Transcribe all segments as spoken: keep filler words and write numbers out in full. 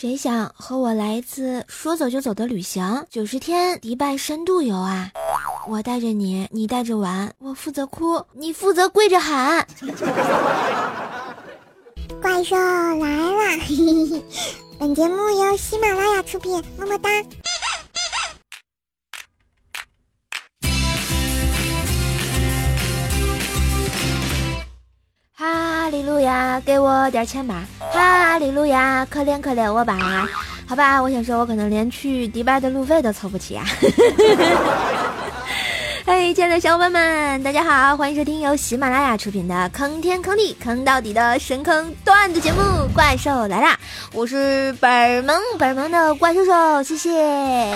谁想和我来一次说走就走的旅行？九十天迪拜深度游啊！我带着你，你带着玩，我负责哭，你负责跪着喊。 怪兽来了！本节目由喜马拉雅出品，么么哒。 哈利路亚，给我点钱吧！哈利路亚，可怜可怜我吧！好吧，我想说，我可能连去迪拜的路费都凑不起啊！嘿，亲爱的小伙伴们，大家好，欢迎收听由喜马拉雅出品的坑天坑地坑到底的神坑段子节目《怪兽来啦》，我是本萌本萌的怪兽兽，谢谢。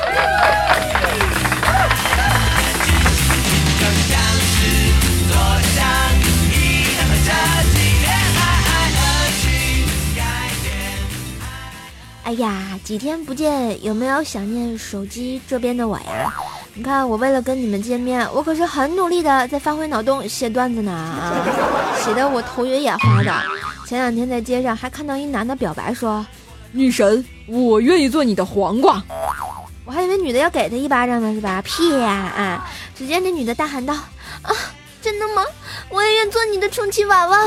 哎呀，几天不见，有没有想念手机这边的我呀？你看，我为了跟你们见面，我可是很努力的在发挥脑洞写段子呢，啊，写得我头晕眼花的。前两天在街上还看到一男的表白说：“ 女神，我愿意做你的黄瓜。” 我还以为女的要给他一巴掌呢，是吧？屁呀！啊！只见这女的大喊道：“啊，真的吗？我也愿做你的充气娃娃。”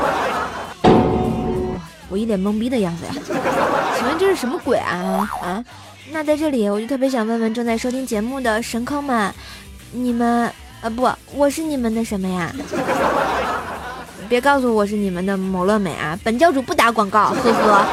我一脸懵逼的样子呀，请问这是什么鬼啊啊？那在这里我就特别想问问正在收听节目的神坑们，你们啊不，我是你们的什么呀？别告诉我是你们的某乐美啊，本教主不打广告，呵呵。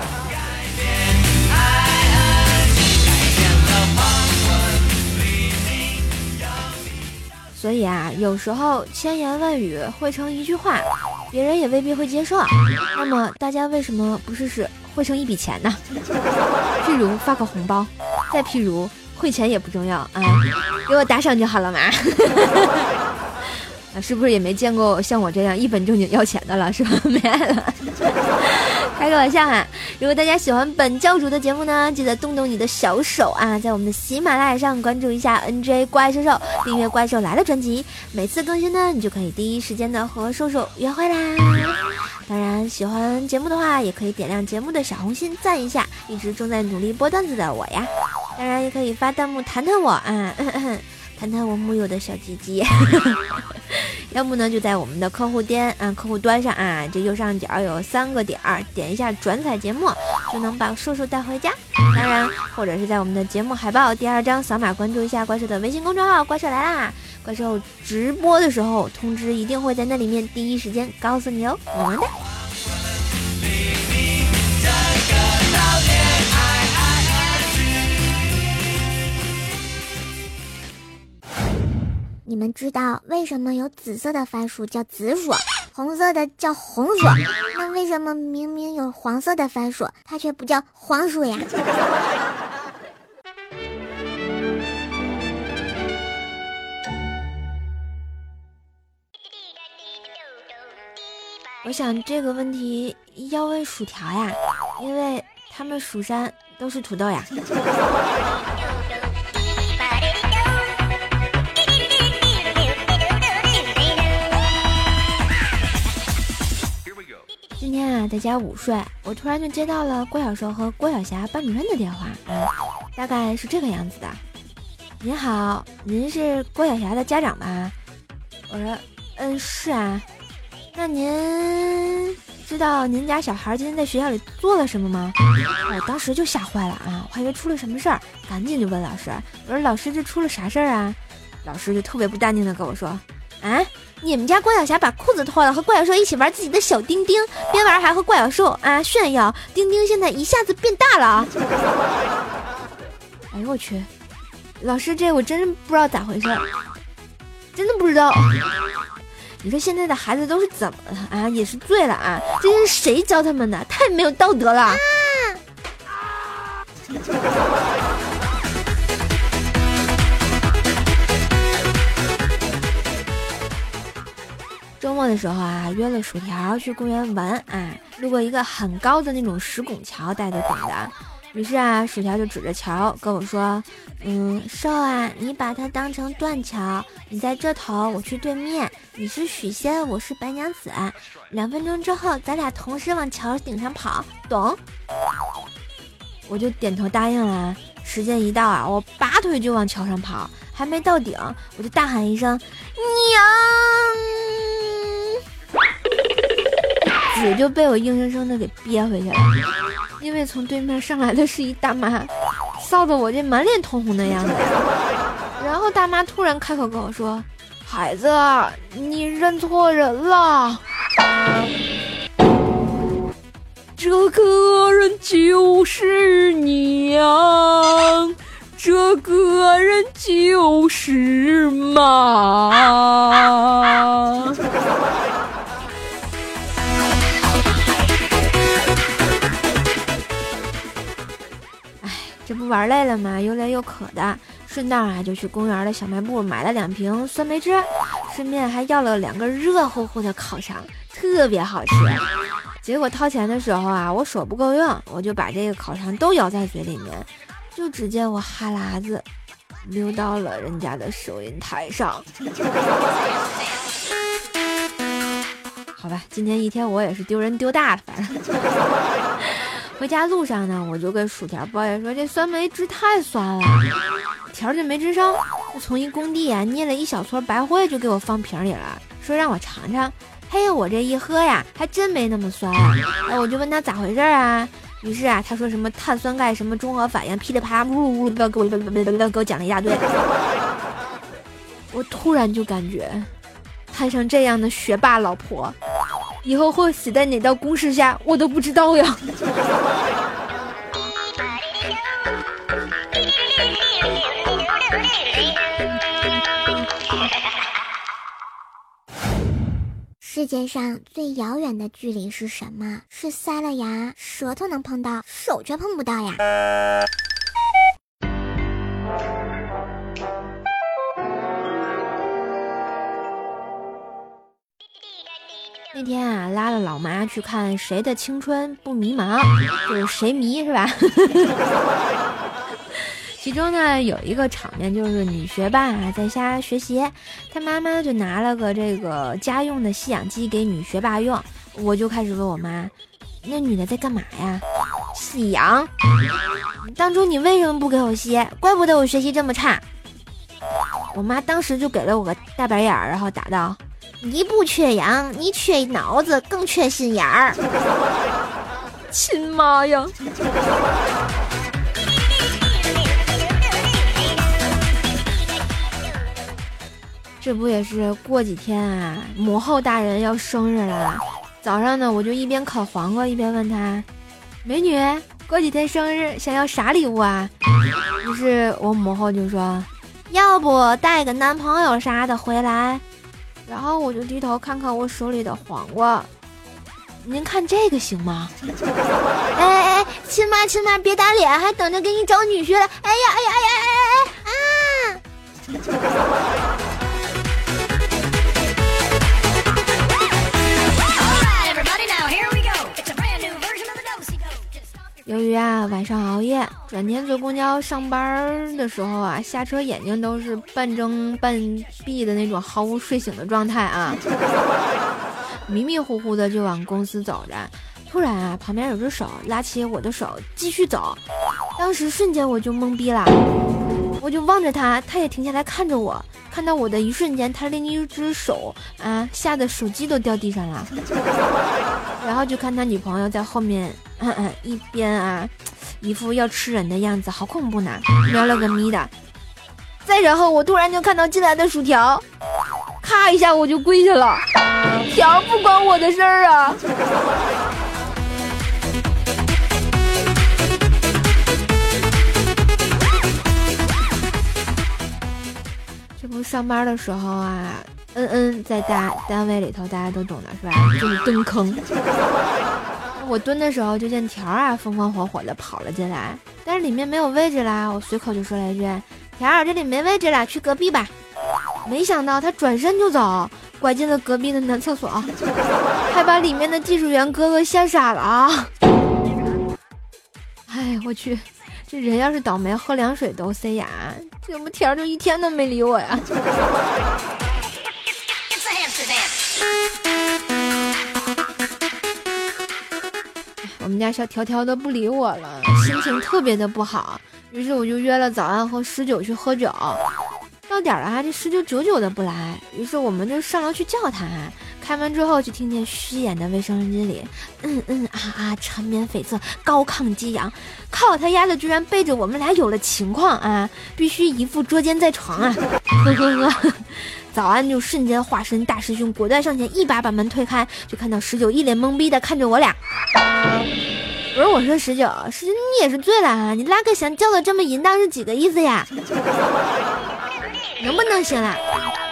所以啊，有时候千言万语汇成一句话，别人也未必会接受。那么大家为什么不试试汇成一笔钱呢？譬如发个红包，再譬如汇钱也不重要啊，给我打赏就好了嘛。啊，是不是也没见过像我这样一本正经要钱的了，是吧？没爱了。开个玩笑哈！如果大家喜欢本教主的节目呢，记得动动你的小手啊，在我们的喜马拉雅上关注一下 N J 怪兽兽，订阅怪兽来了专辑，每次更新呢，你就可以第一时间的和兽兽约会啦。当然，喜欢节目的话，也可以点亮节目的小红心赞一下，一直正在努力播段子的我呀。当然，也可以发弹幕弹弹我啊。呵呵，谈谈我木有的小鸡鸡，要不呢就在我们的客户端啊客户端上啊，这右上角有三个点儿，点一下转载节目就能把兽兽带回家。当然，或者是在我们的节目海报第二张扫码关注一下怪兽的微信公众号，怪兽来啦！怪兽直播的时候通知一定会在那里面第一时间告诉你哦，么么哒。 你们知道为什么有紫色的番薯叫紫薯，红色的叫红薯？那为什么明明有黄色的番薯，它却不叫黄薯呀？ 我想这个问题要问薯条呀，因为他们蜀山都是土豆呀。今天啊，在家午睡，我突然就接到了郭小兽和郭晓霞班主任的电话啊，大概是这个样子的：您好，您是郭晓霞的家长吧？我说，嗯，是啊。那您知道您家小孩今天在学校里做了什么吗？我当时就吓坏了啊，我还以为出了什么事儿，赶紧就问老师，我说老师这出了啥事儿啊？老师就特别不淡定的跟我说，啊，你们家郭晓霞把裤子脱了，和怪小兽一起玩自己的小丁丁，边玩还和怪小兽啊炫耀，丁丁现在一下子变大了。哎呦我去，老师这我真不知道咋回事，真的不知道。你说现在的孩子都是怎么了啊？也是醉了啊？这是谁教他们的？太没有道德了！啊周末的时候啊，约了薯条去公园玩啊，路过一个很高的那种石拱桥，大家都懂的。于是啊，薯条就指着桥跟我说，嗯，兽啊，你把它当成断桥，你在这头，我去对面，你是许仙，我是白娘子，两分钟之后咱俩同时往桥顶上跑，懂？ 我就点头答应了。时间一到啊，我拔腿就往桥上跑，还没到顶，我就大喊一声娘，纸就被我硬生生的给憋回去了。因为从对面上来的是一大妈，臊得我这满脸通红的样子。然后大妈突然开口跟我说，孩子，你认错人了，这个人就是娘，这个人就是妈。哎，这不玩累了吗？又累又渴的，顺道啊就去公园的小卖部买了两瓶酸梅汁，顺便还要了两根热乎乎的烤肠，特别好吃。结果掏钱的时候啊，我手不够用，我就把这个烤肠都咬在嘴里面，就只见我哈喇子流到了人家的收银台上。好吧，今天一天我也是丢人丢大了，反正。回家路上呢，我就跟薯条抱怨说这酸梅汁太酸了，条就没吱声，就从一工地啊捏了一小撮白灰就给我放瓶里了，说让我尝尝。嘿，我这一喝呀，还真没那么酸啊！哎，我就问他咋回事啊？于是啊，他说什么碳酸钙什么中和反应，噼里啪啦，呜呜呜，给我给我给我讲了一大堆。我突然就感觉，摊上这样的学霸老婆，以后会死在哪道公式下，我都不知道呀。 世界上最遥远的距离是什么？是塞了牙，舌头能碰到，手却碰不到呀。 那天啊，拉了老妈去看《谁的青春不迷茫》，就是谁迷是吧？其中呢有一个场面，就是女学霸啊在家学习，她妈妈就拿了个这个家用的吸氧机给女学霸用。我就开始问我妈，那女的在干嘛呀？吸氧。当初你为什么不给我吸？怪不得我学习这么差。我妈当时就给了我个大白眼儿，然后答道，你不缺氧，你缺脑子，更缺心眼儿。亲妈呀！这不也是过几天啊，母后大人要生日了。早上呢，我就一边烤黄瓜一边问他，美女，过几天生日想要啥礼物啊？于是我母后就说，要不带个男朋友啥的回来。然后我就低头看看我手里的黄瓜，您看这个行吗？哎哎哎，亲妈亲妈别打脸，还等着给你找女婿了。哎呀哎呀哎呀哎呀哎啊！由于啊晚上熬夜，转天坐公交上班的时候啊，下车眼睛都是半睁半闭的那种毫无睡醒的状态啊，迷迷糊糊的就往公司走着。突然啊，旁边有只手拉起我的手继续走，当时瞬间我就懵逼了，我就望着他，他也停下来看着我，看到我的一瞬间，他另一只手啊吓得手机都掉地上了，然后就看他女朋友在后面嗯嗯一边啊一副要吃人的样子，好恐怖呢，瞄了个咪的。再然后我突然就看到进来的薯条，咔一下我就跪下了，条不关我的事儿啊。这不上班的时候啊，嗯嗯，在大单位里头大家都懂的是吧，就是蹲坑。我蹲的时候就见条啊风风火火的跑了进来，但是里面没有位置啦，我随口就说了一句，条儿这里没位置了，去隔壁吧。没想到他转身就走，拐进了隔壁的男厕所，还把里面的技术员哥哥吓傻了啊！哎，我去，这人要是倒霉喝凉水都塞牙，这不条就一天都没理我呀。我们们家小条条都不理我了，心情特别的不好。于是我就约了早安和十九去喝酒。到点了啊，这十九久久的不来，于是我们就上楼去叫他。开门之后就听见虚掩的卫生间里嗯嗯啊啊缠绵悱恻，高亢激昂。靠他丫的居然背着我们俩有了情况啊，必须一副捉奸在床啊。呵呵呵。早安就瞬间化身大师兄，果断上前一把把门推开，就看到十九一脸懵逼的看着我俩。不是，我说十九十九你也是醉了啊，你拉个翔叫的这么淫荡是几个意思呀？能不能行啦？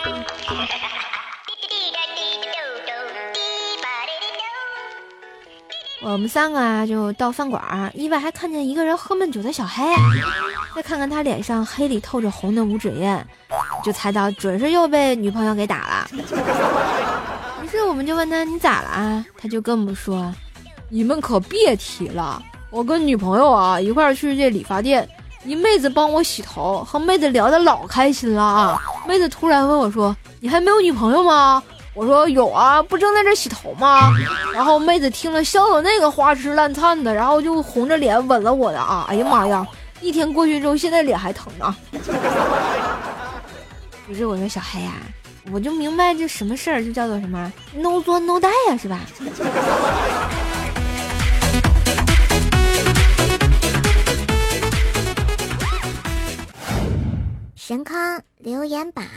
我们三个啊就到饭馆，意外还看见一个人喝闷酒的小黑，再看看他脸上黑里透着红的五指印，就猜到准是又被女朋友给打了。于是我们就问他你咋了啊？他就跟我们说， 你们可别提了，我跟女朋友啊一块儿去这理发店，一妹子帮我洗头，和妹子聊得老开心了啊。妹子突然问我说，你还没有女朋友吗？我说有啊，不正在这洗头吗？然后妹子听了笑得那个花枝乱颤的，然后就红着脸吻了我的啊！哎呀妈呀，一天过去之后现在脸还疼呢。 不是，我说小黑啊，我就明白这什么事儿就叫做什么 no 作 no die 呀，是吧？ 神康留言板。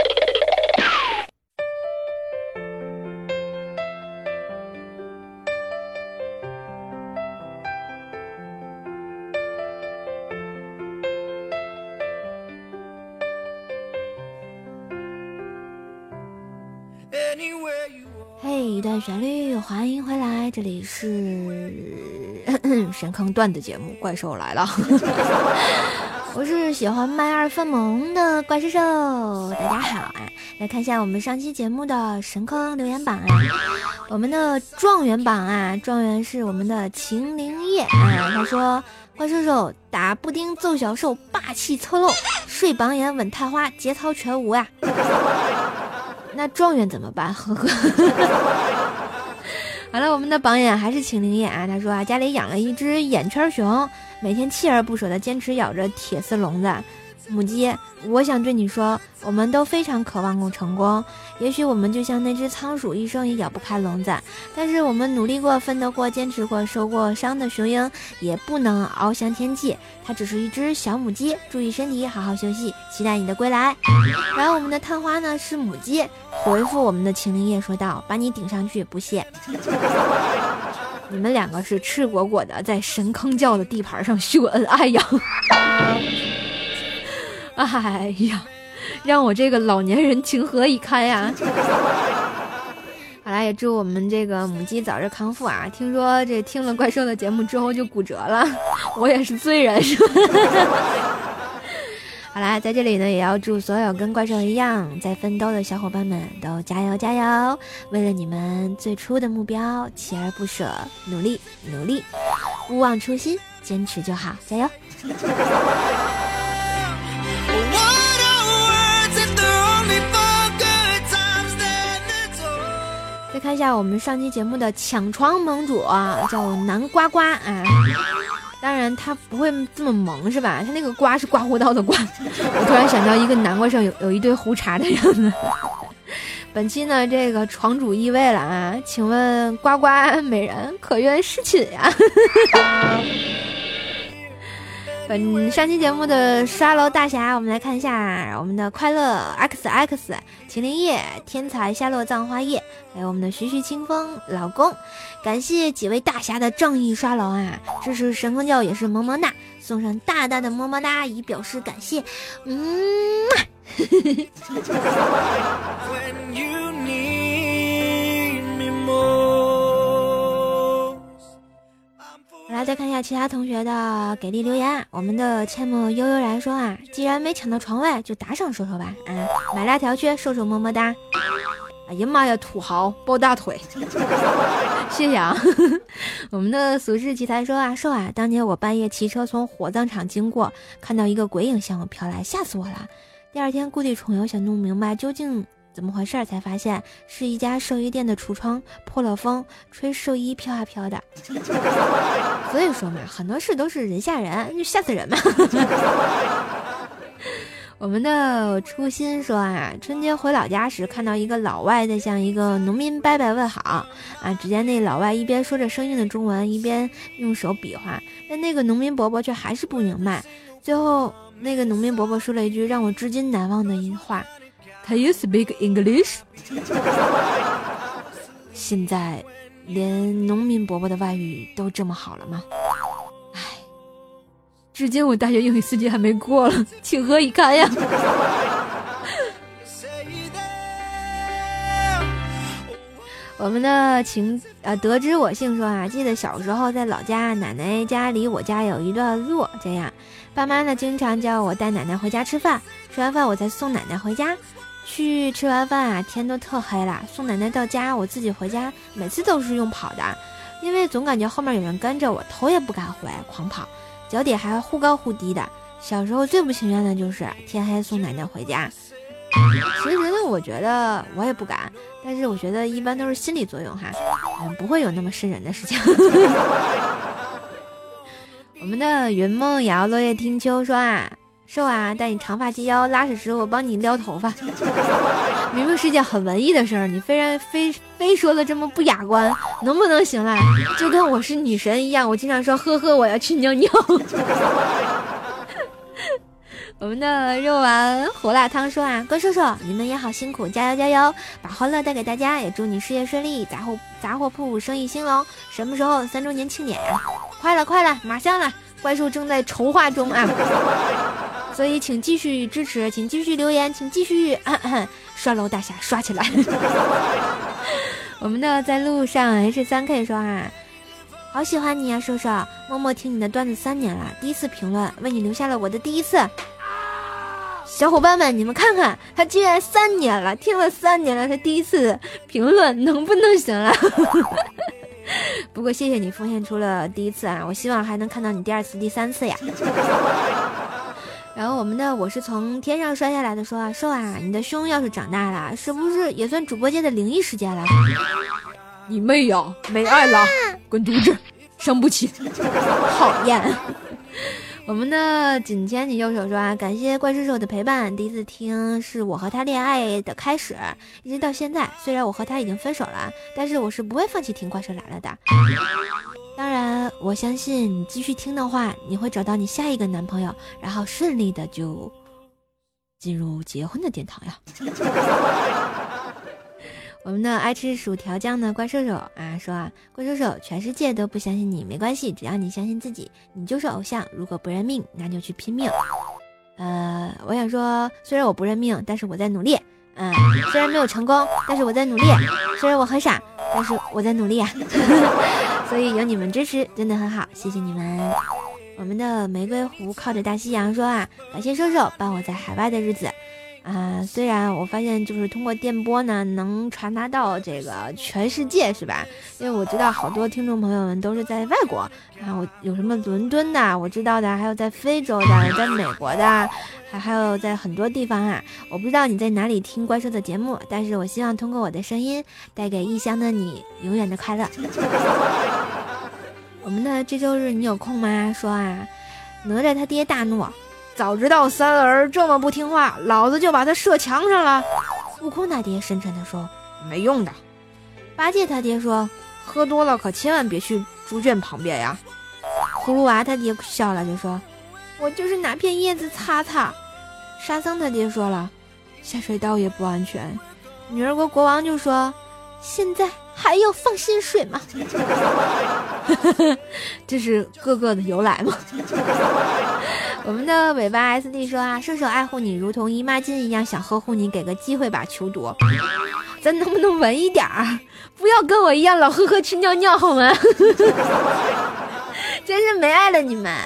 嘿，一段旋律，欢迎回来，这里是神坑段子节目，怪兽来了。我是喜欢卖二分萌的怪兽兽，大家好啊！来看一下我们上期节目的神坑留言榜啊，我们的状元榜啊，状元是我们的秦灵叶啊，他说怪兽兽打布丁揍小兽，霸气侧漏，睡榜眼稳探花，节操全无呀、啊。那状元怎么办？呵呵。好了，我们的榜眼还是秦灵叶啊，他说啊，家里养了一只眼圈熊，每天锲而不舍的坚持咬着铁丝笼子。母鸡，我想对你说，我们都非常渴望成功，也许我们就像那只仓鼠，一生也咬不开笼子，但是我们努力过，奋斗过，坚持过，受过伤的雄鹰也不能翱翔天际，它只是一只小母鸡，注意身体，好好休息，期待你的归来。然后我们的探花呢是母鸡，回复我们的秦灵叶说道，把你顶上去，不谢。你们两个是赤果果的在神坑教的地盘上秀恩爱呀。哎呀，让我这个老年人情何以堪呀！好啦，也祝我们这个母鸡早日康复啊！听说这听了怪兽的节目之后就骨折了，我也是罪人是吧？好啦，在这里呢，也要祝所有跟怪兽一样在奋斗的小伙伴们都加油加油！为了你们最初的目标，锲而不舍，努力努力，勿忘初心，坚持就好，加油！再看一下我们上期节目的抢床盟主啊，叫南瓜瓜啊。当然他不会这么萌是吧？他那个瓜是刮胡刀的瓜。我突然想到一个南瓜上有有一堆胡茬的样子。本期呢这个床主易位了啊，请问呱呱美人可愿侍寝呀？本上期节目的刷楼大侠，我们来看一下我们的快乐 X X 秦灵叶天才夏洛葬花叶，还有我们的徐徐清风老公，感谢几位大侠的仗义刷楼啊，支持神坑教也是么么哒，送上大大的么么哒以表示感谢。嗯来再看一下其他同学的给力留言，我们的阡陌悠悠然说啊，既然没抢到床位，就打赏瘦瘦吧，啊，买辣条去，瘦瘦么么哒。哎呀妈呀，土豪抱大腿，谢谢啊。我们的俗世奇才说啊，瘦啊，当年我半夜骑车从火葬场经过，看到一个鬼影向我飘来，吓死我了。第二天故地重游，想弄明白究竟怎么回事才发现是一家寿衣店的橱窗破了风，吹寿衣飘啊飘的。所以说嘛，很多事都是人吓人，就吓死人嘛。我们的初心说啊，春节回老家时看到一个老外在向一个农民伯伯问好啊，只见那老外一边说着生硬的中文，一边用手比划，但那个农民伯伯却还是不明白。最后那个农民伯伯说了一句让我至今难忘的话 Can you speak English？ 现在连农民伯伯的外语都这么好了吗？唉，至今我大学英语四级还没过了，情何以堪呀。我们的情呃得知我姓说啊，记得小时候在老家，奶奶家离我家有一段路，这样爸妈呢经常叫我带奶奶回家吃饭，吃完饭我才送奶奶回家。去吃完饭啊，天都特黑了，送奶奶到家，我自己回家，每次都是用跑的，因为总感觉后面有人跟着我，头也不敢回，狂跑，脚底还忽高忽低的。小时候最不情愿的就是天黑送奶奶回家。其实呢，我觉得我也不敢，但是我觉得一般都是心理作用哈，嗯，不会有那么瘆人的事情。我们的云梦瑶落叶听秋说啊，瘦啊，带你长发及腰，拉屎时我帮你撩头发。明明是件很文艺的事儿，你非然非非说的这么不雅观，能不能行了？就跟我是女神一样，我经常说呵呵，我要去尿尿。我们的肉丸胡辣汤说啊，关叔叔，你们也好辛苦，加油加油，把欢乐带给大家，也祝你事业顺利，杂货杂货铺生意兴隆。什么时候三周年庆典呀？快了快了，马上了，怪兽正在筹划中啊。所以请继续支持，请继续留言，请继续咳咳刷楼大侠刷起来。我们的在路上 H 三 K 说啊，好喜欢你啊，瘦瘦，默默听你的段子三年了，第一次评论，为你留下了我的第一次。小伙伴们，你们看看，他居然三年了，听了三年了，他第一次评论，能不能行了？不过谢谢你奉献出了第一次啊，我希望还能看到你第二次、第三次呀。然后我们的我是从天上摔下来的说啊，瘦啊，你的胸要是长大了，是不是也算主播界的灵异事件了？你妹呀，没爱了，滚犊子，伤不起，讨厌。我们的紧牵你右手说啊，感谢怪兽手的陪伴，第一次听是我和他恋爱的开始，一直到现在，虽然我和他已经分手了，但是我是不会放弃听怪兽来了的。当然我相信你继续听的话，你会找到你下一个男朋友，然后顺利的就进入结婚的殿堂呀。我们的爱吃薯条酱的怪兽手啊说啊，怪兽手，全世界都不相信你没关系，只要你相信自己，你就是偶像，如果不认命那就去拼命。呃我想说，虽然我不认命，但是我在努力，嗯，虽然没有成功，但是我在努力，虽然我很傻，但是我在努力啊。所以有你们支持真的很好，谢谢你们。我们的玫瑰湖靠着大西洋说啊，感谢兽兽伴我在海外的日子啊、呃，虽然我发现就是通过电波呢能传达到这个全世界是吧，因为我知道好多听众朋友们都是在外国啊，我有什么伦敦的我知道的，还有在非洲的，在美国的，还还有在很多地方啊，我不知道你在哪里听怪兽的节目，但是我希望通过我的声音带给异乡的你永远的快乐。我们的这周日你有空吗说啊，哪吒他爹大怒，早知道三儿这么不听话，老子就把他射墙上了。悟空他爹深沉地说，没用的。八戒他爹说，喝多了可千万别去猪圈旁边呀。葫芦娃他爹笑了就说，我就是拿片叶子擦擦。沙僧他爹说了，下水道也不安全。女儿国国王就说，现在还要放薪水吗？这是各个的由来吗？我们的尾巴 S D 说啊，射手爱护你如同姨妈巾一样想呵护你，给个机会吧，求读。咱能不能文一点儿，不要跟我一样老呵呵去尿尿好吗？真是没爱了你们。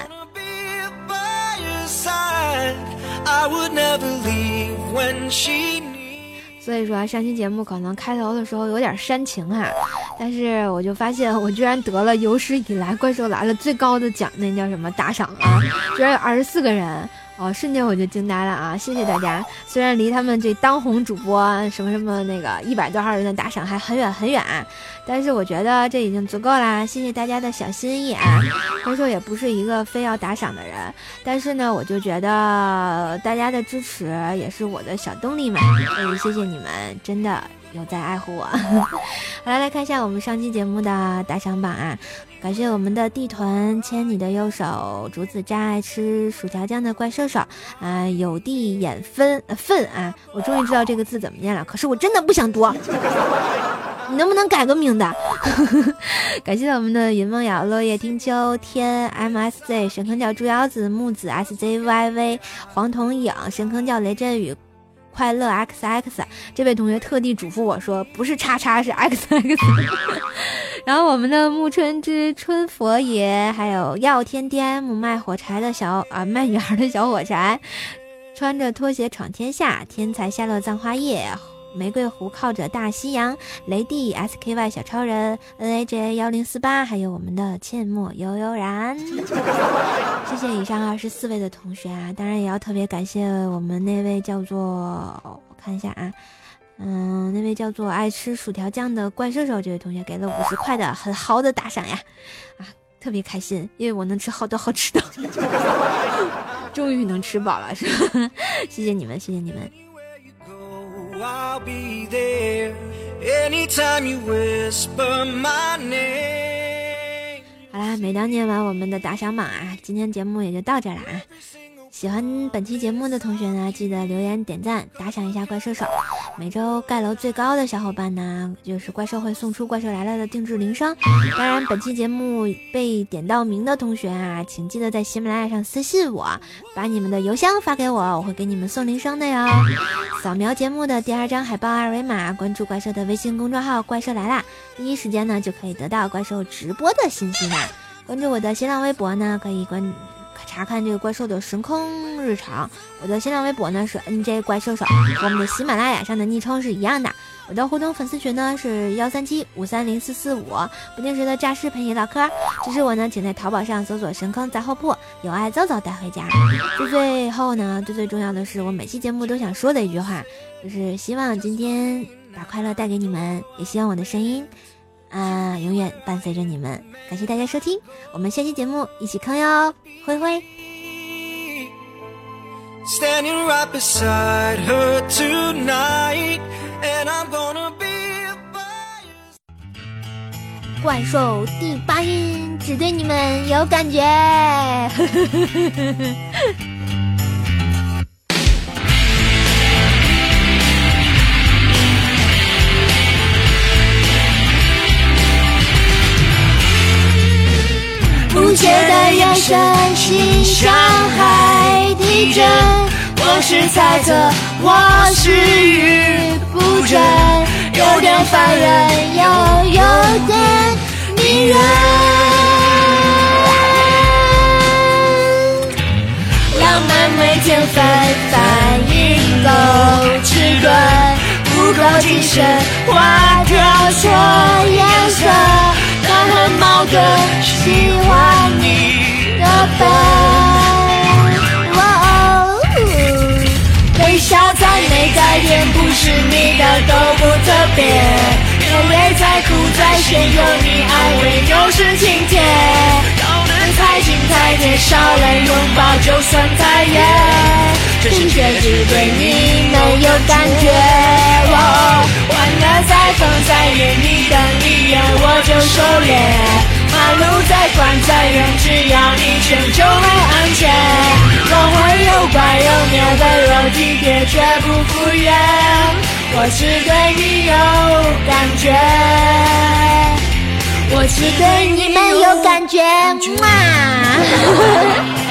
所以说上期节目可能开头的时候有点煽情啊，但是我就发现我居然得了有史以来怪兽来了最高的奖，那叫什么打赏啊，居然有二十四个人， 哦，瞬间我就惊呆了啊！谢谢大家。虽然离他们这当红主播什么什么那个一百多号人的打赏还很远很远，但是我觉得这已经足够啦。谢谢大家的小心意啊！怪兽也不是一个非要打赏的人，但是呢，我就觉得大家的支持也是我的小动力嘛，所以谢谢你们，真的有在爱护我。好了，来看一下我们上期节目的打赏榜啊！感谢我们的地团牵你的右手，竹子渣爱吃薯条酱的怪兽手啊，有地眼分呃粪啊，我终于知道这个字怎么念了，可是我真的不想读。你能不能改个名字？感谢我们的云梦瑶、落叶听秋、天 M S Z、神坑叫猪腰子、木子 S J Y V、黄铜影、神坑叫雷阵雨、快乐 X X。 这位同学特地嘱咐我说不是叉叉是 X X。 然后我们的木春之春佛爷，还有耀天 D M 卖火柴的小啊卖女孩的小火柴，穿着拖鞋闯天下，天才夏洛葬花叶，玫瑰湖靠着大西洋，雷帝 S K Y 小超人 N A J 一零四八，还有我们的阡陌悠悠然。谢谢以上二十四位的同学啊，当然也要特别感谢我们那位叫做我看一下啊嗯，那位叫做爱吃薯条酱的怪兽手这位同学给了五十块的很豪的打赏呀，啊，特别开心，因为我能吃好多好吃的，终于能吃饱了，是吧？谢谢你们，谢谢你们。I'll be there anytime you whisper my name。 好啦，每当念完我们的打赏榜啊，今天节目也就到这了啊。喜欢本期节目的同学呢，记得留言点赞打赏一下怪兽手。每周盖楼最高的小伙伴呢，就是怪兽会送出怪兽来了的定制铃声。当然本期节目被点到名的同学啊，请记得在喜马拉雅上私信我，把你们的邮箱发给我，我会给你们送铃声的哟。扫描节目的第二张海报二维码，关注怪兽的微信公众号怪兽来啦，第一时间呢就可以得到怪兽直播的信息呢。关注我的新浪微博呢，可以关查看这个怪兽的神坑日常。我的新浪微博呢是 N J 怪兽手，和我们的喜马拉雅上的昵称是一样的。我的互动粉丝群呢是幺三七五三零四四五，不定时的诈尸陪你唠嗑。支持我呢，请在淘宝上搜索神坑杂货铺，有爱早早带回家。最最后呢，最最重要的是，我每期节目都想说的一句话，就是希望今天把快乐带给你们，也希望我的声音啊，永远伴随着你们。感谢大家收听，我们下期节目一起坑哟，挥挥。Standing right beside her tonight, and I'm gonna be by your... 怪兽第八音只对你们有感觉。不解的眼神，心像海地震。我是猜测，我是语不准，有点烦人，又有点迷人。浪漫没天分，反应够迟钝，不够谨慎，花挑错颜色。他很矛盾，喜欢你的笨，哦，微笑再美再甜，不是你的都不特别，眼泪再苦再咸，有你爱会有时晴天，高能太近太贴，少了拥抱就算太远，这世界只对你们有感觉，哦，欢乐再疯再远，你等一眼我就收敛，马路再宽再远，只要一圈就会安全，总会有乖有妙的肉体贴却不敷衍，我只对你有感觉，我只对你们有感觉，哇